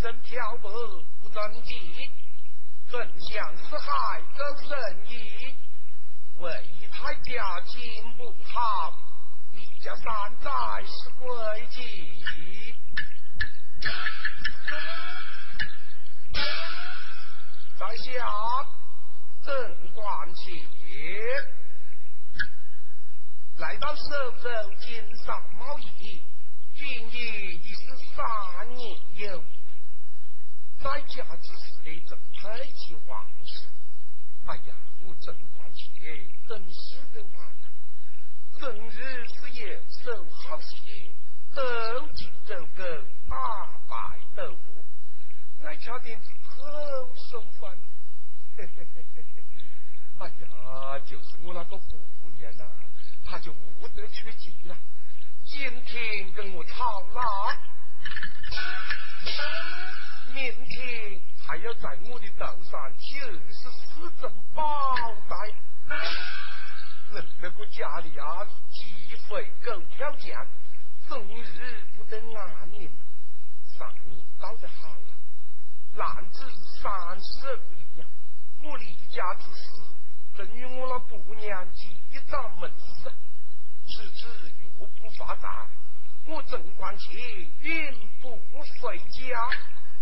身漂泊不正经，正想四海走生意，为太家境不好，你家山寨是归计。在下镇关前来到寿州经商贸易，经营已是3年有，在家之时的正配起往事。哎呀，我镇关前真是的晚了，整日是游手好闲，斗鸡走狗，大摆斗博，爱吃点子后生饭。嘿嘿嘿嘿嘿，哎呀，就是我那个姑娘呐，她就无得缺席了，今天跟我吵了，明天还要在我的头上贴24针包带。那个家里啊，鸡飞狗跳墙，终日不得安宁。3年到得好了，男子30里呀，我离家之时，正与我那姑娘结长门事，此次若不发达，我镇关前永不回家。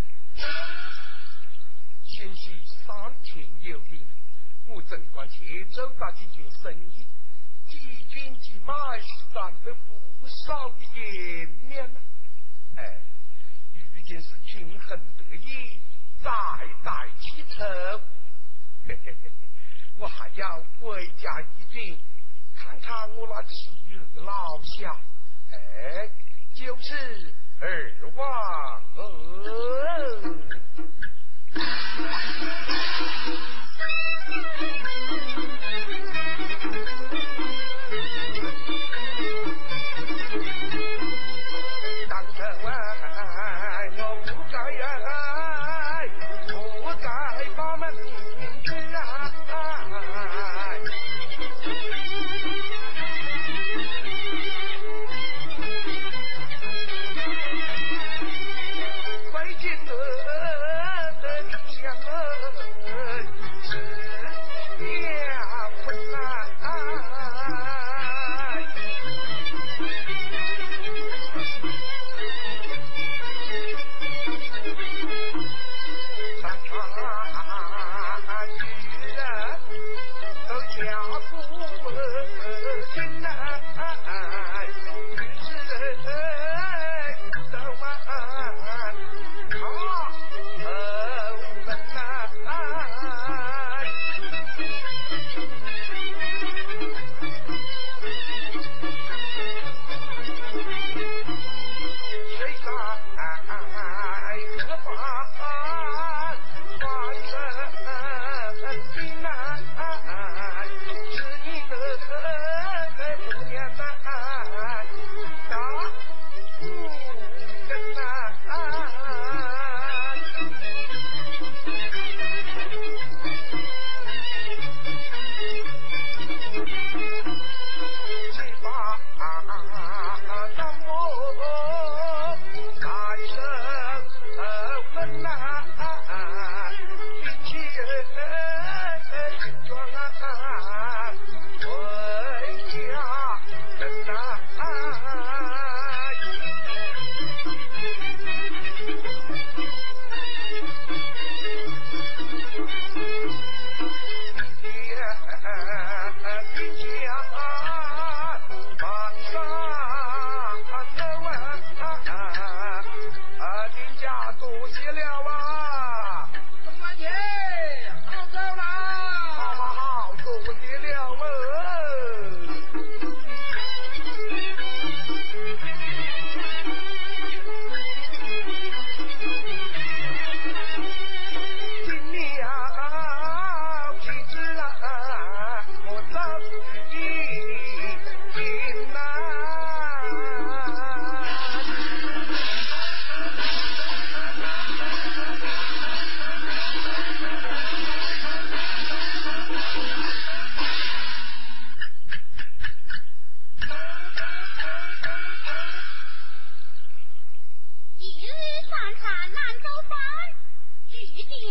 先是3天有定，我镇关前做大几件生意，几斤几买是赚得不少颜面呐。哎，遇见是情很得意，再带起头。嘿嘿嘿，我还要回家一转，看看我那妻儿老小。哎，就是2万当初我不该把门开啊，北京的理想是结婚啊。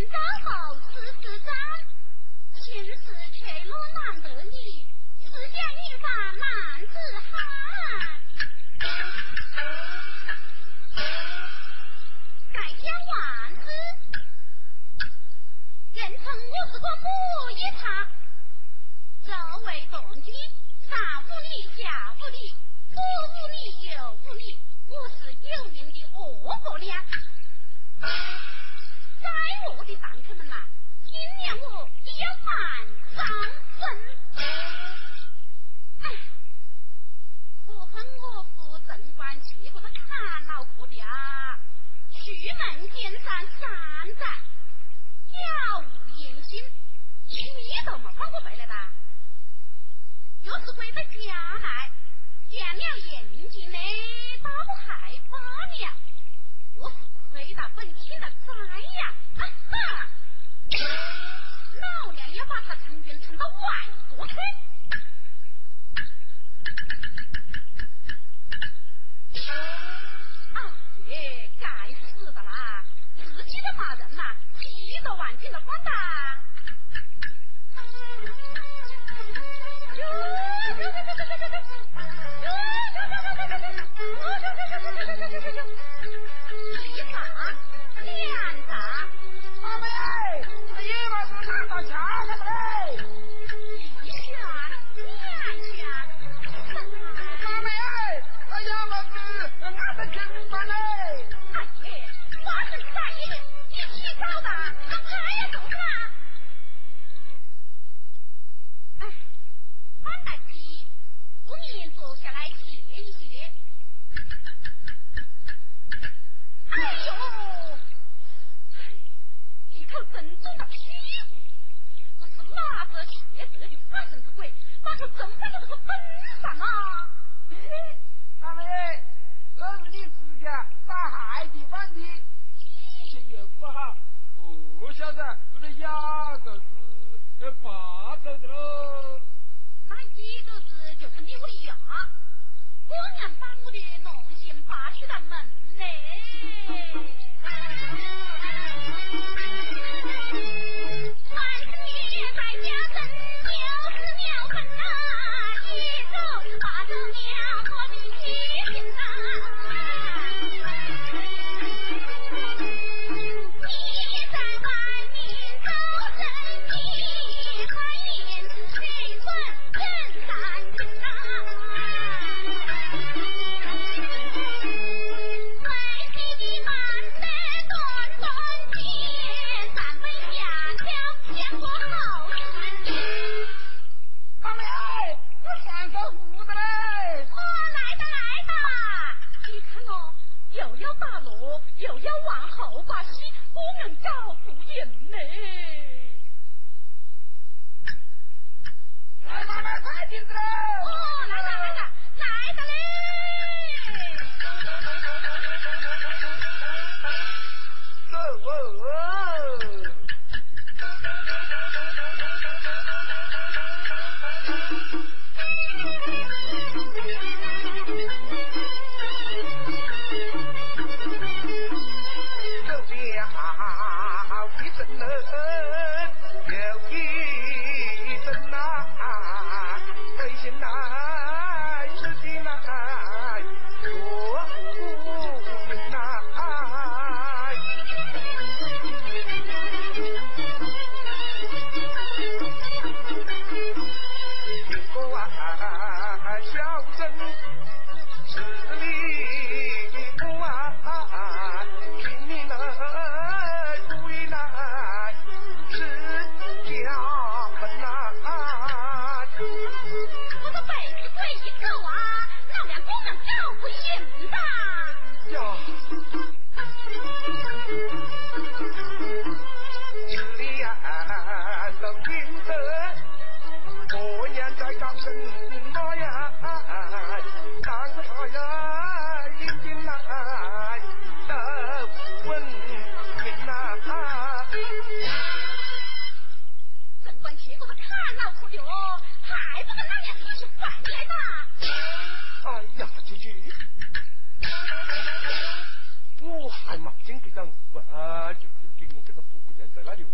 还冒进这种，就今天这个不言在那里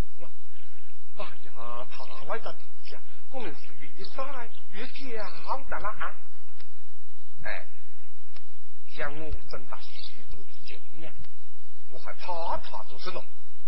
下，我们是越晒越漂的啦。哎，像我挣到许多的银两，我还怕他做什么？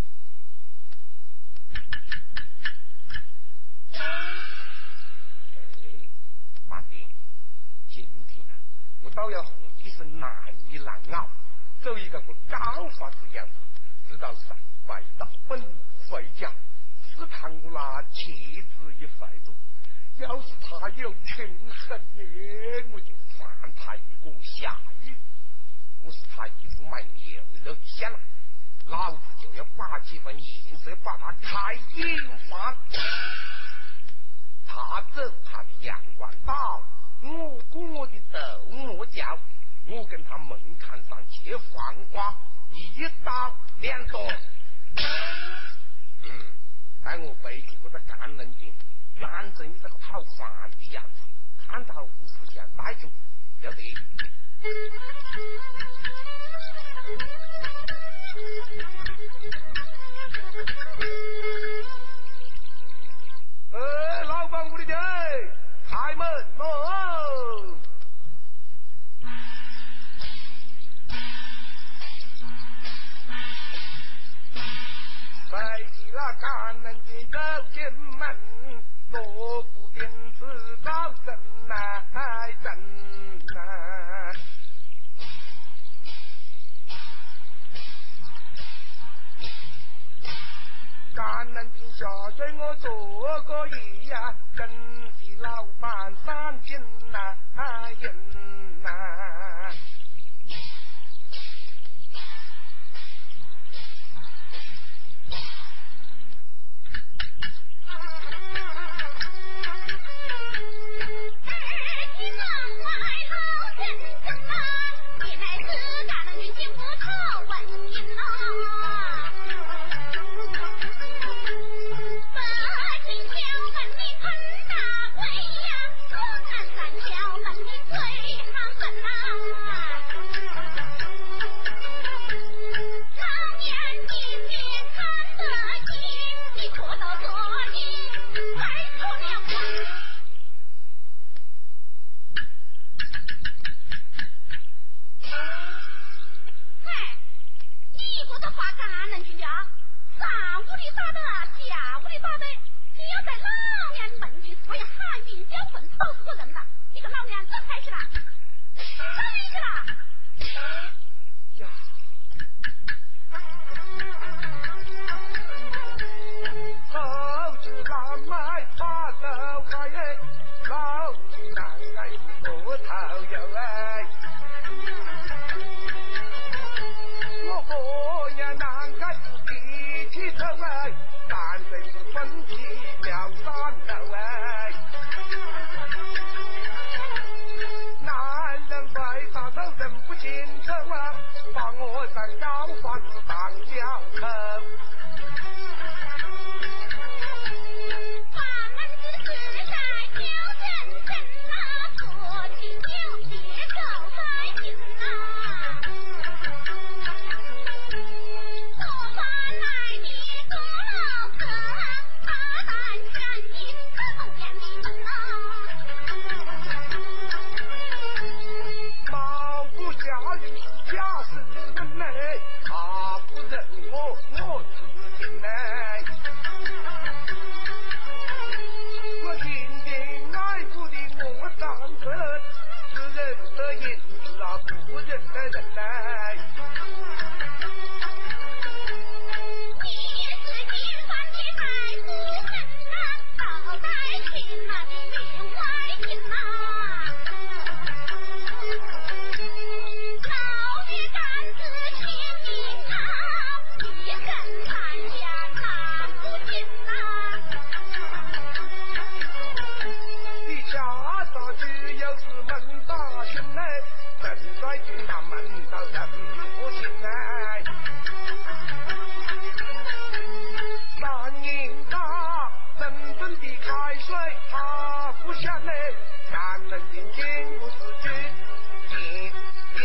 妈的，今天啊，我倒要和一声难以难熬，走一个高发之样子，直到是回到本回家，只看我那妻子一回路，要是他有嗔恨呢，我就犯他一个下狱。我是他一副卖牛肉的下来，老子就要把几分颜色把他开眼饭。他走他的阳关道，我过我的斗磨脚，我跟他门槛上结黄瓜，一刀两断。带我背起我的干冷镜，干成这个讨饭的样子，看到无事想带住，要得。老板屋里的，开门喽！背起了干冷镜走进门，锣鼓电子高声来震啊！干冷镜下水我做个揖呀，真是老板三斤呐银呐。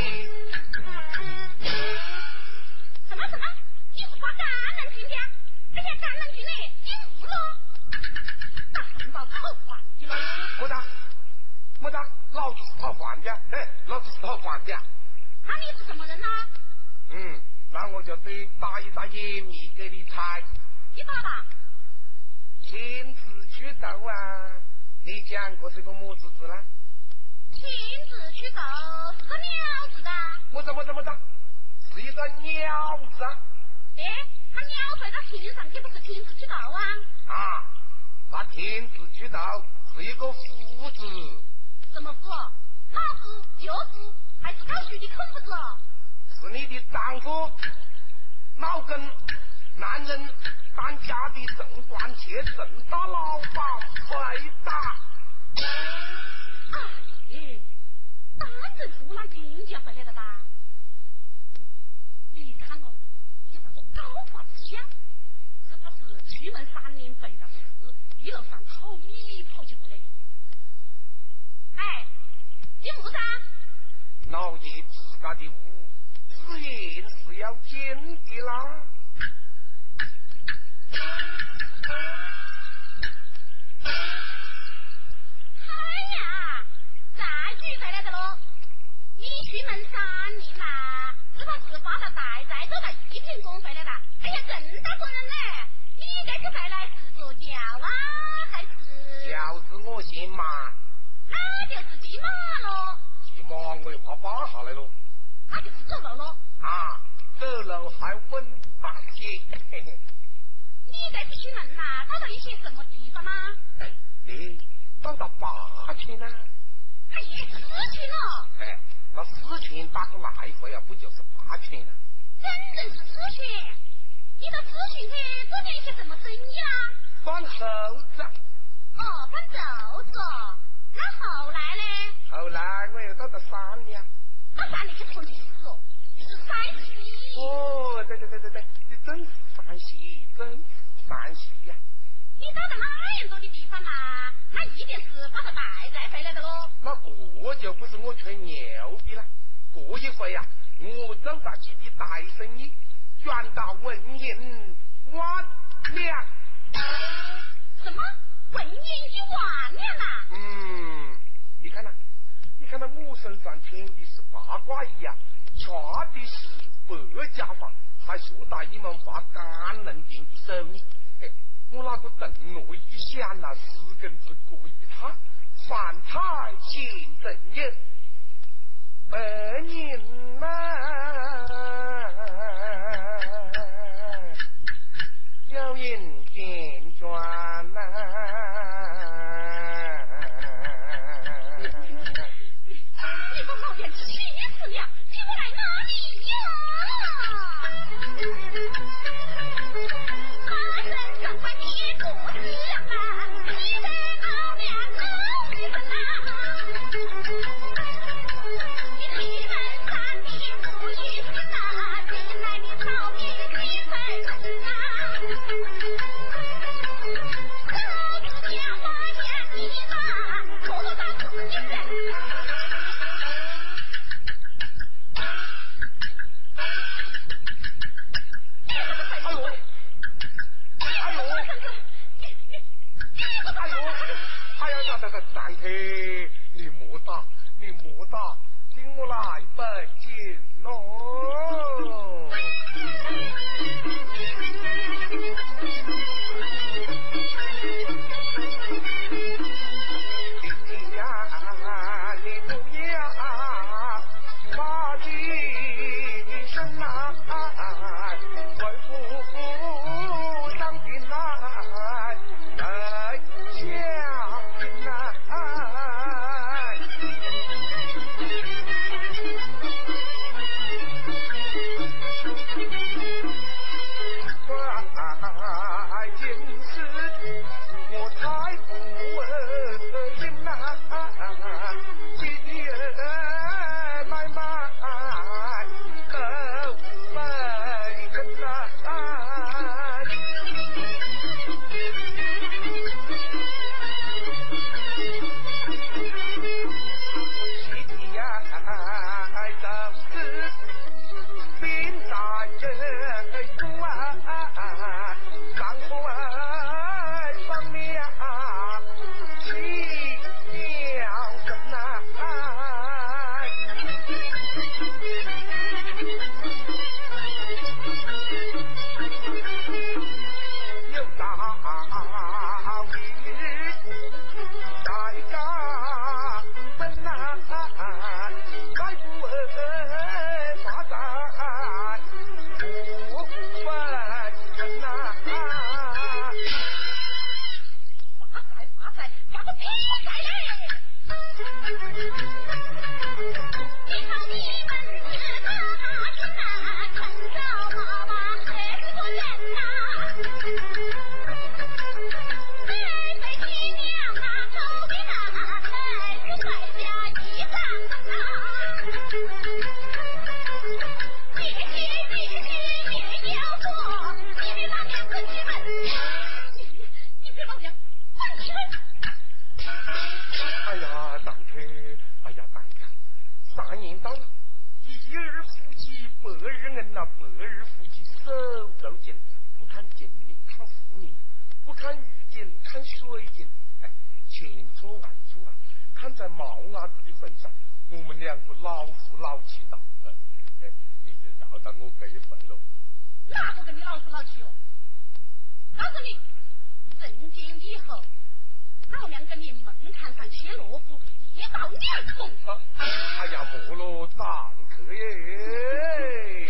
这这些橄榄枝呢，你误了，大汉堡好还的了。 没得，老子是好还的，老子是好还的。 那你是什么人呢？ 那我就得打一打野蜜给你猜。 你打吧。 亲自去斗啊！你讲过是个么子字呢？ 亲自去斗是个鸟字的。 么子？是一个鸟字。 那鸟飞到天上岂不是亲自去斗啊？ 那亲自去斗是一个福字。 什么福？老福、舅福，还是搞虚的口福字哦？ 是你的丈夫脑根男人当家的正关切正大老板回答。 当然是那人家回来的吧？你看哦，有啥个高法子想？只怕是出门3年背到4，一路上讨米跑起回来的。你木噻？ 老爷自家的屋自然是要进的啦。 再举回来的喽！你出门3年啦，只怕是发了大债，走到1品工回来的。郑大官人呢？你这是回来是坐轿啊，还是？ 轿子我姓马。 那就是骑马喽。 骑马我又怕放下来喽。 那就是走路喽。 走路还稳当些。 你这次出门呐，到了一些什么地方吗？ 到达8群啊。 4群了。 那4群打个来回啊，不就是8群啊？ 真正是4群。你到4群去做点一些什么生意啦？ 放猴子。 放肘子。那后来呢？ 后来我又到了山里啊。 到山里去碰的事哦，是山西。 对，你真是山西呀。 你到了那样多的地方嘛，那一定是发了大债回来的喽。 那个就不是我吹牛逼了，过一回啊，我走大起的大生意，赚到文银10000两。 什么？文银1万两啊？ 你看那我身上牵的是8卦衣啊，穿的是白家纺，还学到一门发甘能定的手艺。我那个灯笼一响啊，4根子过一插，饭菜行正有，本人呐，有人见转呐。 你把老爷气死了，你我来哪里呀？他身上快别过香啊，你的老娘走一分啊！你出门3年不一分啊，进来的老爷几分啊？老子家花钱你嘛，偷偷打自己人。 站开！你莫打，听我来北京喽！你呀，你不要把精神来，为父上进来，来家进来。 看雨景，看水景，哎，千错万错啊！看在毛伢子的份上，我们两个老夫老妻的，你就饶到我这一份喽。 哪个跟你老夫老妻哦？告诉你，从今以后，老娘跟你门槛上切萝卜，一刀两断。 哎呀，莫咯，长客耶！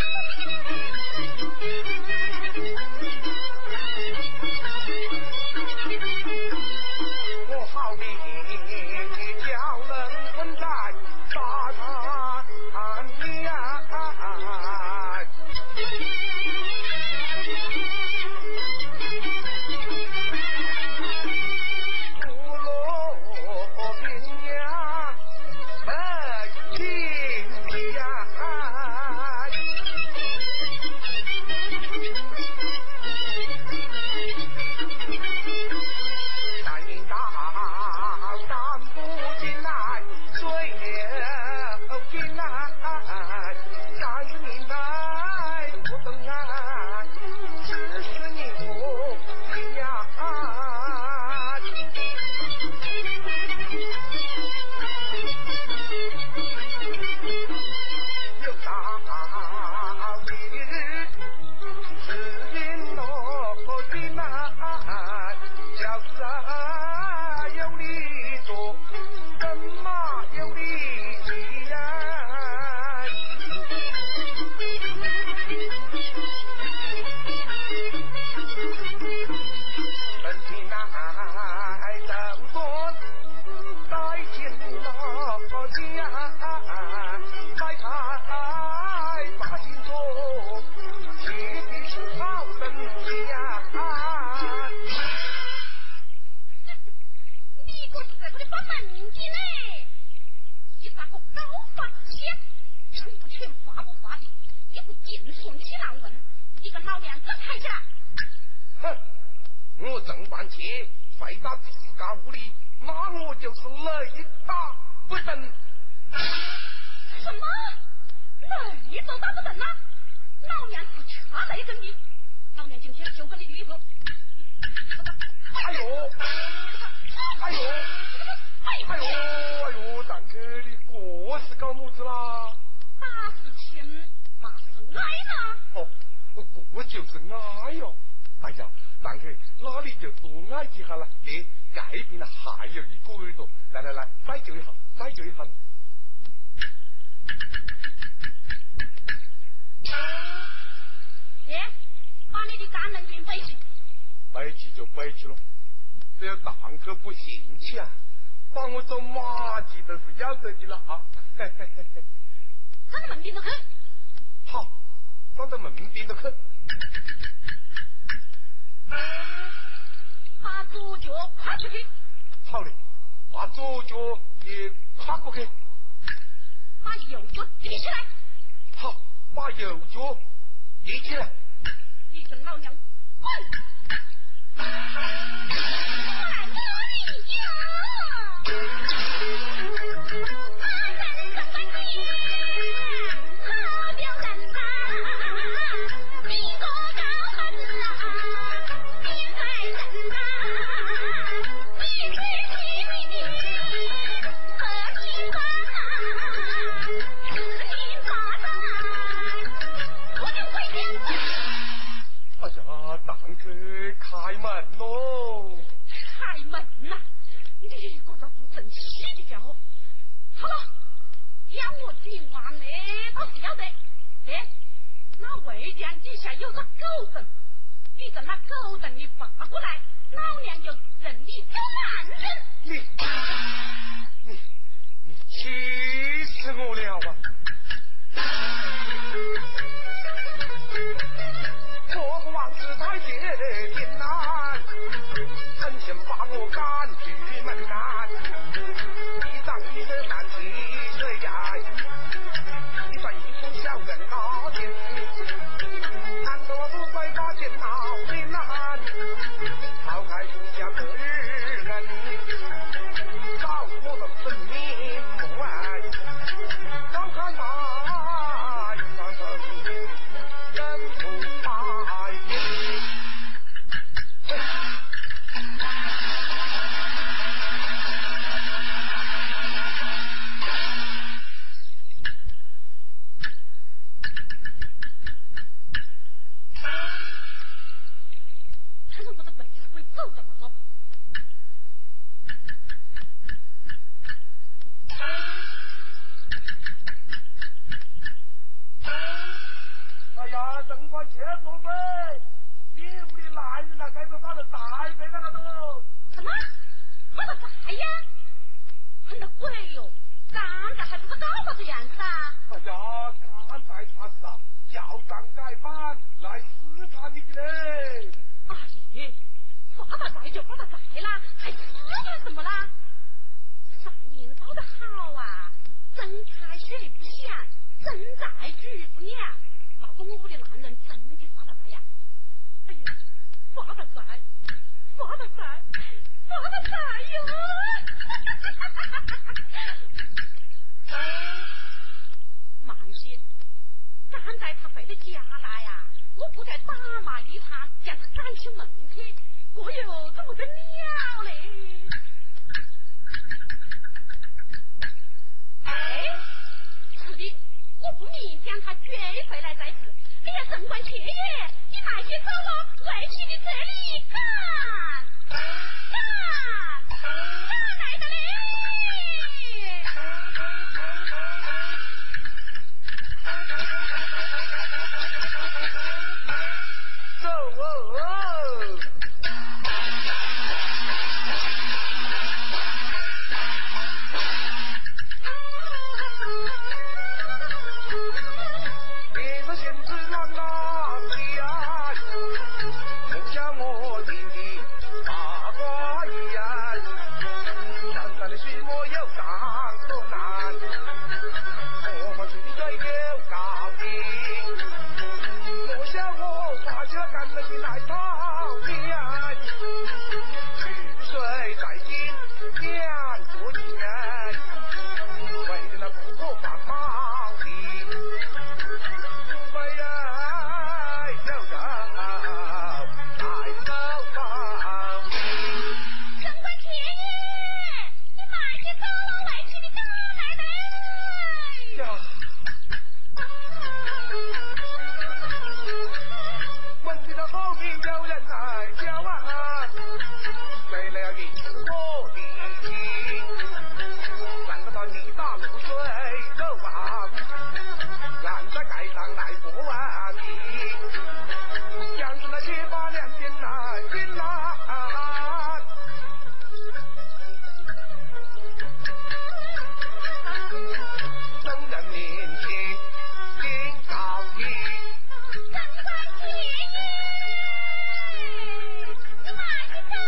我好比叫人困在大潭里呀，不落平阳本情呀。我正办切，飞到自家屋里，那我就是雷打不正。 什么？雷都打不正啊？老娘是掐雷跟你，老娘今天就跟你离合。 哎呦！哎呦！哎呦！大哥，你这是搞么子啦？ 大事情，那是爱呢。 哦，这就是爱哟。哎呀！大哥，那你就多爱几下了。这边还有一个耳朵，来，再救一下，再救一下。 爹，把你的干能菌背起。 背起就背起喽，只要大哥不嫌弃啊，把我做马鸡都是要得的了啊！ 站在门边头去。 好，站在门边头去。 把左脚跨出去。 好嘞，把左脚也跨过去。 把右脚提起来。 好，把右脚提起来。 你跟老娘滚！我来摸你呀！ 开门喽！ 开门呐！你个这不争气的家伙！好了，要我今晚呢倒是要得。哎，那围墙底下有个狗凳，你跟那狗凳你拔过来，老娘就认你做男人。 你气死我了啊！我王子太监天难，真想把我赶出门南。一张一个难题谁呀？你说一副小人拿钱，难道我不会把钱拿回南？抛开不下个人，找我的生命梦啊！照看他一张生人不白。 啥呀？很得鬼哟！刚才还不是搞啥子样子啊？ 哎呀，刚才他是啊，校长改版来视察你的嘞。 哎呀，发大财就发大财啦，还试探什么啦？上年招得好啊，真开水不响，真在举不亮，闹得我的男人真的发大财呀！哎呀，发大财，发大财，发大财哟！慢些，赶在他回到家来呀，我不再打骂一场，将他赶出门去，这又怎么得了嘞？哎，是的，我不明将他追回来再是。哎呀，神官爷爷，你慢些走哦，为去你这里赶来的嘞！ 走哦！别说仙子郎啊，呀，我想我弟弟八卦一样，山上的水墨有上多难，我们水水有高低，我想我发下干了的来讨边，雨水在金两座人，为了那不过繁忙的。为人有人来走访， 神官爷爷，你慢些走啊，为去你赶来的嘞！ 呀，闻听到后面有人来叫啊，为了引我的心，难得到你大露水走啊，俺在街上来过完你，想着那结巴两边来进来，众人面前领高低。 神官爷爷，你慢些走。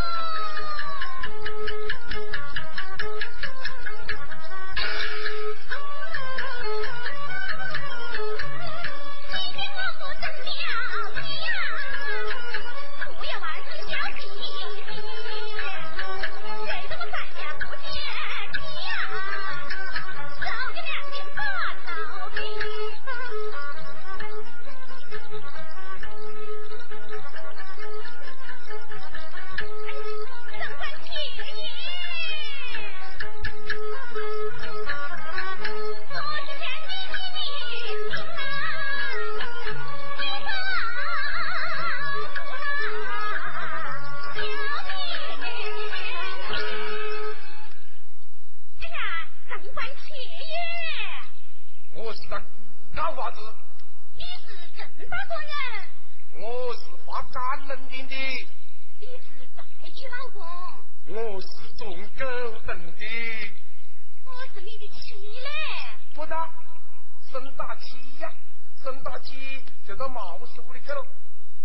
你听我不真了呀，不要晚上小脾气，谁这么三下不接气呀？手就两边把头皮。神官爷爷，我是想你的命啊，你把哎呀，神官爷爷， 我是个高法子， 你是郑大官人， 我是发甘能定的， 你是寨区老公， 我是种狗等的， 我是你的妻嘞。 不大，生大气呀，生大气就到毛师傅里去了。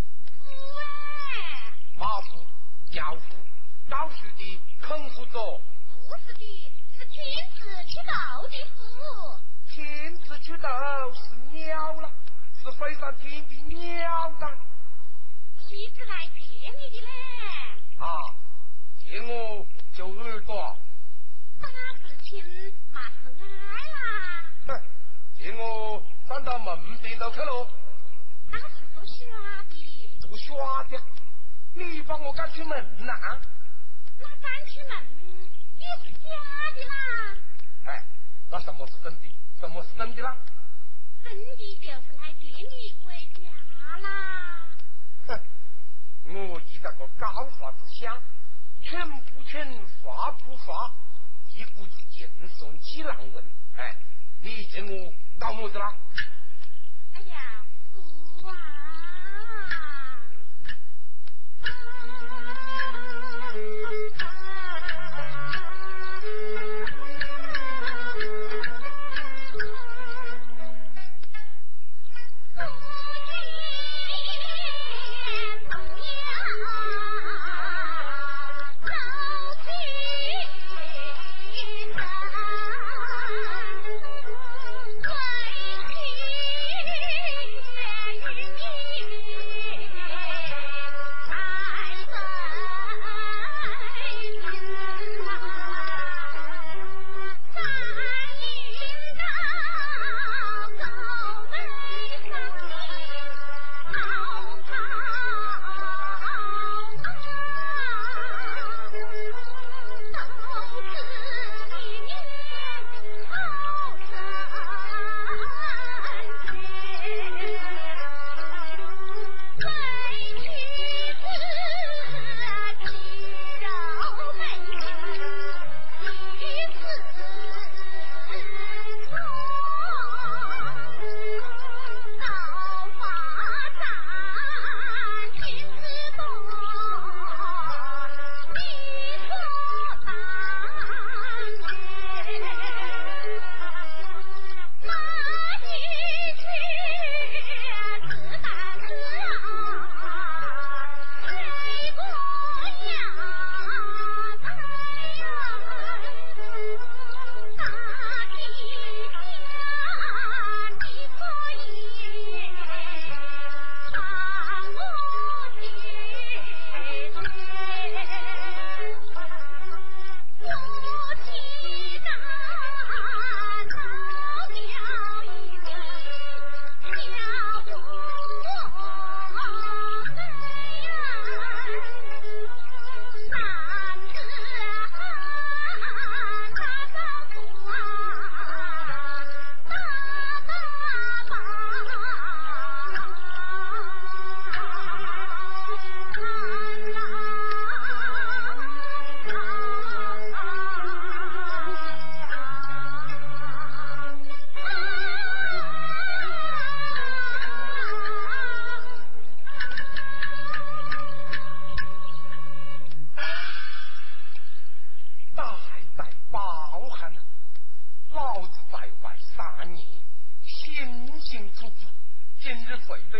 哎， 马夫、轿夫、老书的肯夫佐， 不是的，是君子去斗的夫。 亲自去斗是鸟了，是飞上天的鸟蛋妻子来接你的嘞， 啊！接我就耳朵， 大事情嘛是爱啦， 哼，接我站到门边头去了， 那是做耍的， 做耍的，你把我赶出门呐？ 那赶出门也是假的啦， 哎，那什么是真的？什么是真的啦？ 真的就是来接你回家啦。 哼，我一个高法子想，劝不劝，发不发，一股子劲松气难闻。哎，你见我搞么子啦？ 哎呀，不啊！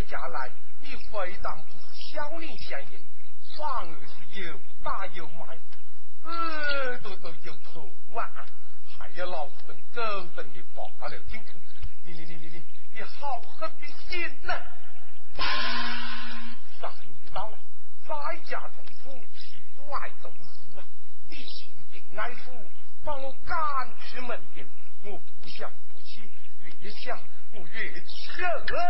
家来，你非但不是小人相迎，反而是又打又骂，耳朵都有头啊！还要老孙狗等你罢了，进去，你好狠的心呐！3日到了，在家中夫，其外中夫啊！你心定爱父，把我赶出门庭，我不想不起，越想我越气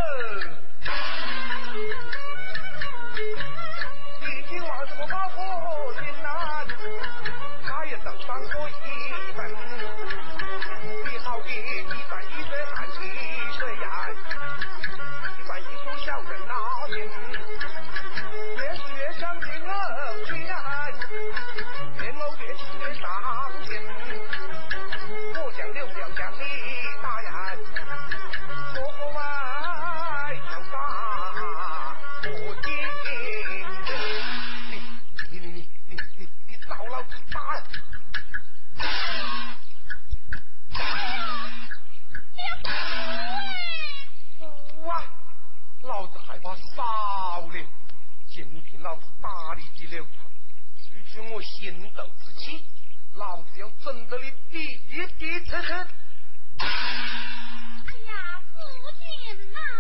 你今晚怎么把我心难？他也等上过一本，你好比一山一水喊起水呀，一山一树小人闹心，越是越想进偶去呀，越偶越气越伤心，我想留了家里大呀，说过爱要杀我爹。你找老子打呀！夫啊，老子害怕少了，今天老子打你几溜头，除去我心头之气，老子要整得你地地吃吃。 哎呀，父亲呐！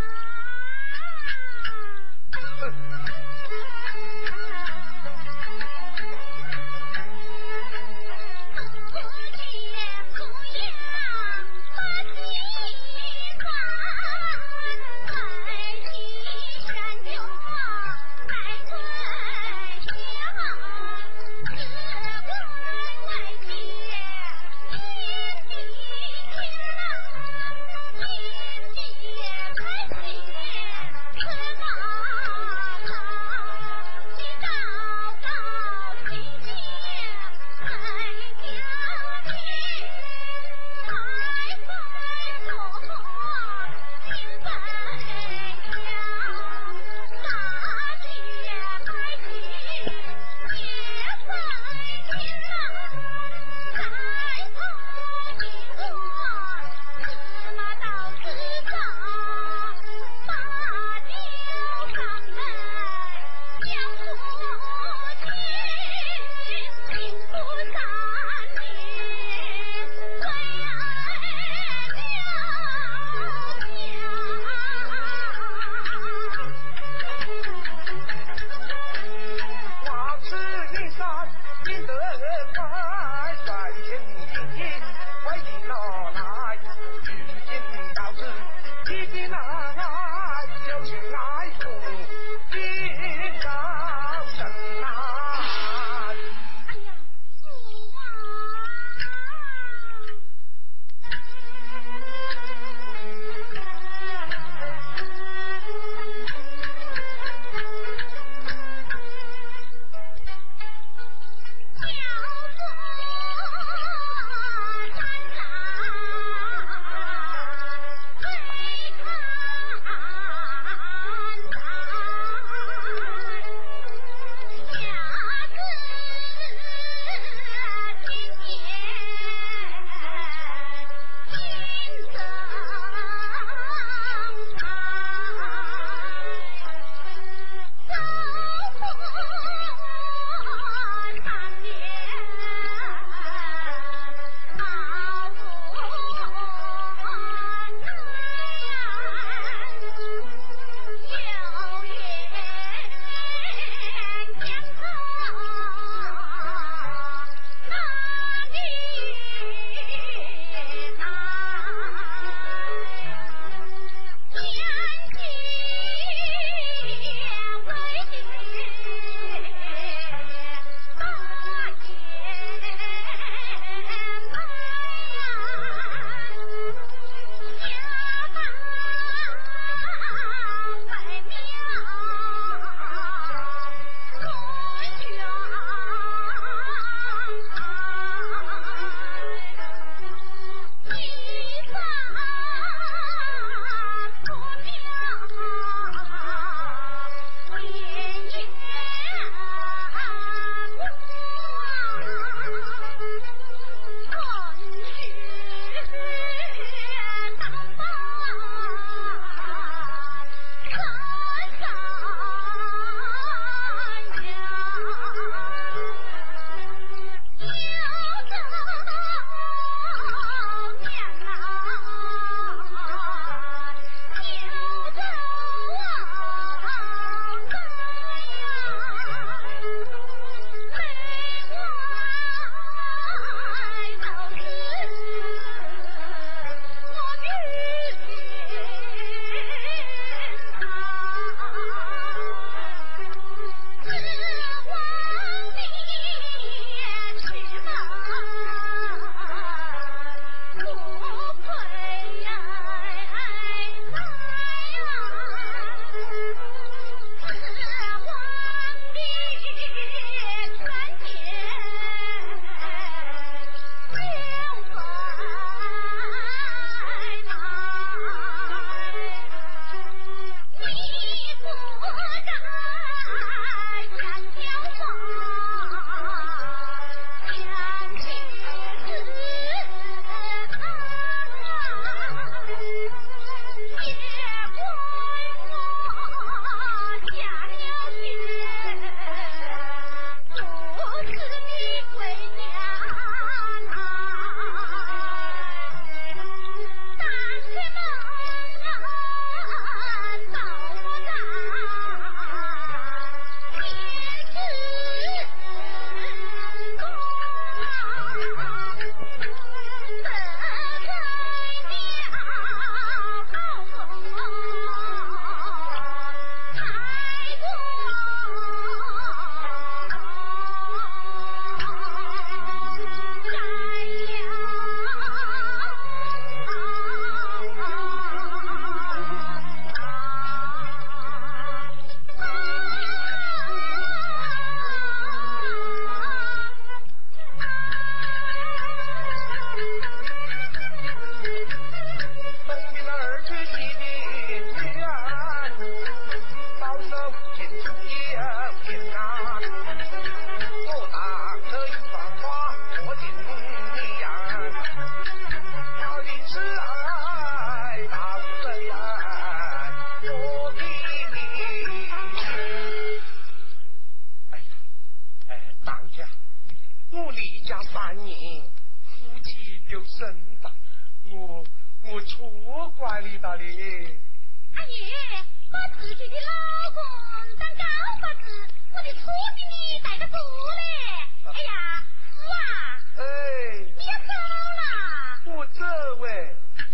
我错怪你了嘞。 阿爷，把自己的老公当高把子，我的错给你带得多嘞。哎呀，叔啊！ 哎， 你要走了？ 我走喂。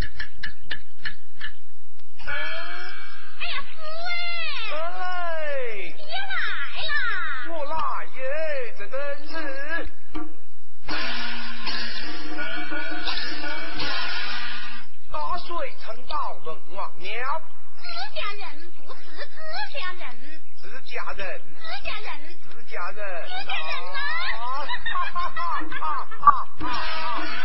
哎呀，叔哎！ 你要来啦？ 我来耶，这真是。打水撑倒龙王庙， 自家人不是自家人， 自家人， 自家人， 自家人， 自家人啊！ 哈哈哈哈哈哈！